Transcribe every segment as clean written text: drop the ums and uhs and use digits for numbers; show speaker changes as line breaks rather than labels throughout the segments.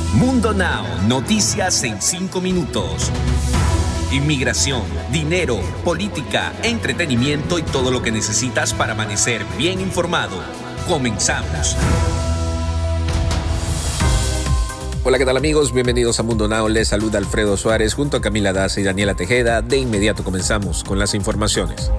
Mundo Now, noticias en 5 minutos. Inmigración, dinero, política, entretenimiento y todo lo que necesitas para amanecer bien informado. Comenzamos.
Hola, ¿qué tal amigos? Bienvenidos a Mundo Now. Les saluda Alfredo Suárez junto a Camila Daza y Daniela Tejeda. De inmediato comenzamos con las informaciones.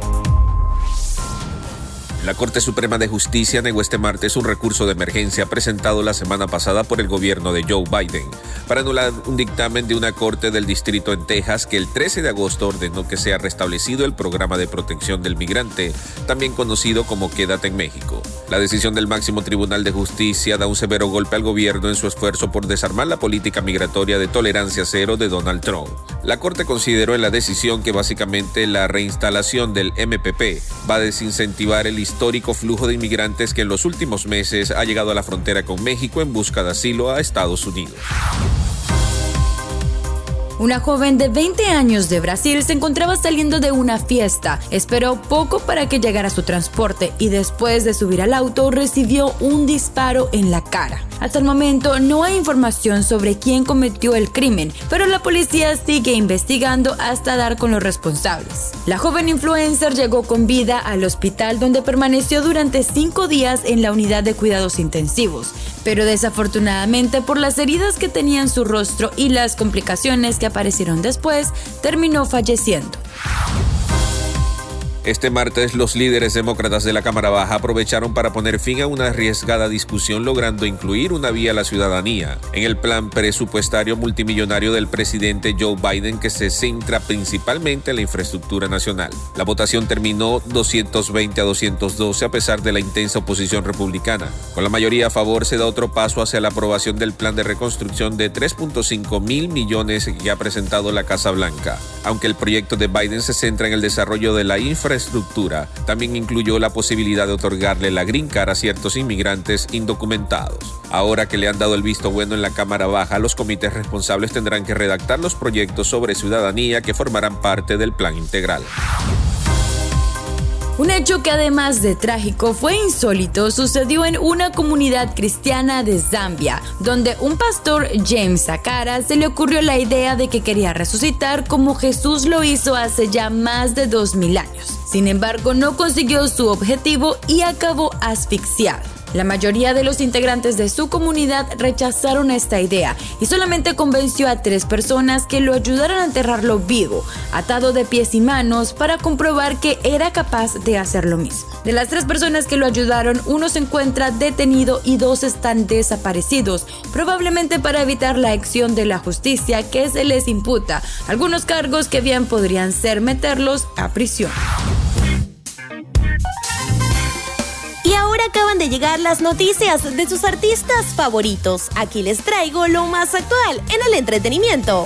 La Corte Suprema de Justicia negó este martes un recurso de emergencia presentado la semana pasada por el gobierno de Joe Biden para anular un dictamen de una corte del distrito en Texas que el 13 de agosto ordenó que sea restablecido el programa de protección del migrante, también conocido como Quédate en México. La decisión del máximo tribunal de justicia da un severo golpe al gobierno en su esfuerzo por desarmar la política migratoria de tolerancia cero de Donald Trump. La Corte consideró en la decisión que básicamente la reinstalación del MPP va a desincentivar el histórico flujo de inmigrantes que en los últimos meses ha llegado a la frontera con México en busca de asilo a Estados Unidos.
Una joven de 20 años de Brasil se encontraba saliendo de una fiesta. Esperó poco para que llegara su transporte y después de subir al auto recibió un disparo en la cara. Hasta el momento no hay información sobre quién cometió el crimen, pero la policía sigue investigando hasta dar con los responsables. La joven influencer llegó con vida al hospital donde permaneció durante 5 días en la unidad de cuidados intensivos, pero desafortunadamente por las heridas que tenía en su rostro y las complicaciones que aparecieron después, terminó falleciendo.
Este martes, los líderes demócratas de la Cámara Baja aprovecharon para poner fin a una arriesgada discusión, logrando incluir una vía a la ciudadanía en el plan presupuestario multimillonario del presidente Joe Biden, que se centra principalmente en la infraestructura nacional. La votación terminó 220 a 212 a pesar de la intensa oposición republicana. Con la mayoría a favor, se da otro paso hacia la aprobación del plan de reconstrucción de 3.5 mil millones que ha presentado la Casa Blanca. Aunque el proyecto de Biden se centra en el desarrollo de la infraestructura, también incluyó la posibilidad de otorgarle la Green Card a ciertos inmigrantes indocumentados. Ahora que le han dado el visto bueno en la Cámara Baja, los comités responsables tendrán que redactar los proyectos sobre ciudadanía que formarán parte del plan integral.
Un hecho que además de trágico fue insólito sucedió en una comunidad cristiana de Zambia, donde un pastor, James Sakara, se le ocurrió la idea de que quería resucitar como Jesús lo hizo hace ya más de 2000 años. Sin embargo, no consiguió su objetivo y acabó asfixiado. La mayoría de los integrantes de su comunidad rechazaron esta idea y solamente convenció a 3 personas que lo ayudaran a enterrarlo vivo, atado de pies y manos, para comprobar que era capaz de hacer lo mismo. De las 3 personas que lo ayudaron, uno se encuentra detenido y 2 están desaparecidos, probablemente para evitar la acción de la justicia que se les imputa, algunos cargos que bien podrían ser meterlos a prisión.
Y ahora acaban de llegar las noticias de sus artistas favoritos. Aquí les traigo lo más actual en el entretenimiento.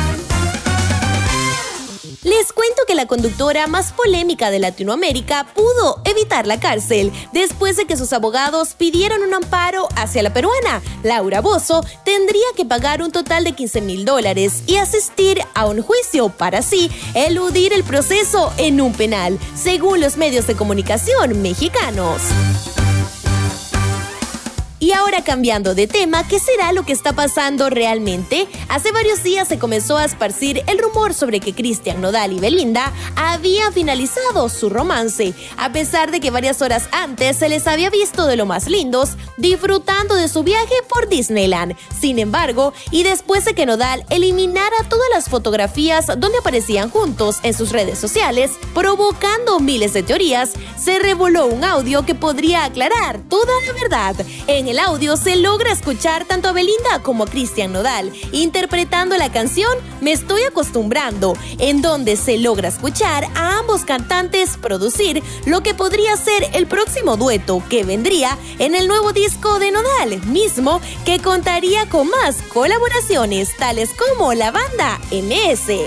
Les cuento que la conductora más polémica de Latinoamérica pudo evitar la cárcel después de que sus abogados pidieron un amparo hacia la peruana. Laura Bozzo tendría que pagar un total de $15,000 y asistir a un juicio para así eludir el proceso en un penal, según los medios de comunicación mexicanos. Y ahora cambiando de tema, ¿qué será lo que está pasando realmente? Hace varios días se comenzó a esparcir el rumor sobre que Cristian Nodal y Belinda habían finalizado su romance, a pesar de que varias horas antes se les había visto de lo más lindos, disfrutando de su viaje por Disneyland. Sin embargo, y después de que Nodal eliminara todas las fotografías donde aparecían juntos en sus redes sociales, provocando miles de teorías, se reveló un audio que podría aclarar toda la verdad. En el audio se logra escuchar tanto a Belinda como a Cristian Nodal interpretando la canción Me Estoy Acostumbrando, en donde se logra escuchar a ambos cantantes producir lo que podría ser el próximo dueto que vendría en el nuevo disco de Nodal, mismo que contaría con más colaboraciones tales como la banda MS.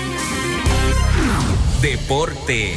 Deportes.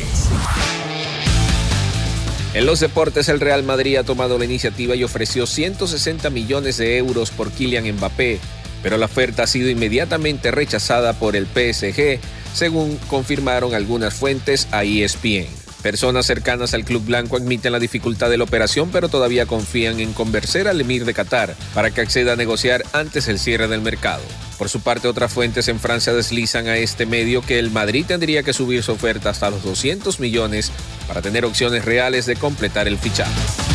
En los deportes, el Real Madrid ha tomado la iniciativa y ofreció 160 millones de euros por Kylian Mbappé, pero la oferta ha sido inmediatamente rechazada por el PSG, según confirmaron algunas fuentes a ESPN. Personas cercanas al Club Blanco admiten la dificultad de la operación, pero todavía confían en convencer al emir de Qatar para que acceda a negociar antes del cierre del mercado. Por su parte, otras fuentes en Francia deslizan a este medio que el Madrid tendría que subir su oferta hasta los 200 millones para tener opciones reales de completar el fichaje.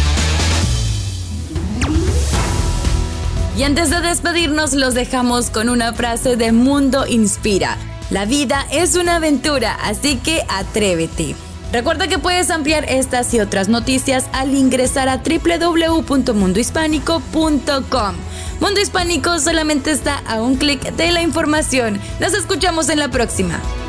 Y antes de despedirnos, los dejamos con una frase de Mundo Inspira. La vida es una aventura, así que atrévete. Recuerda que puedes ampliar estas y otras noticias al ingresar a www.mundohispánico.com. Mundo Hispánico solamente está a un clic de la información. Nos escuchamos en la próxima.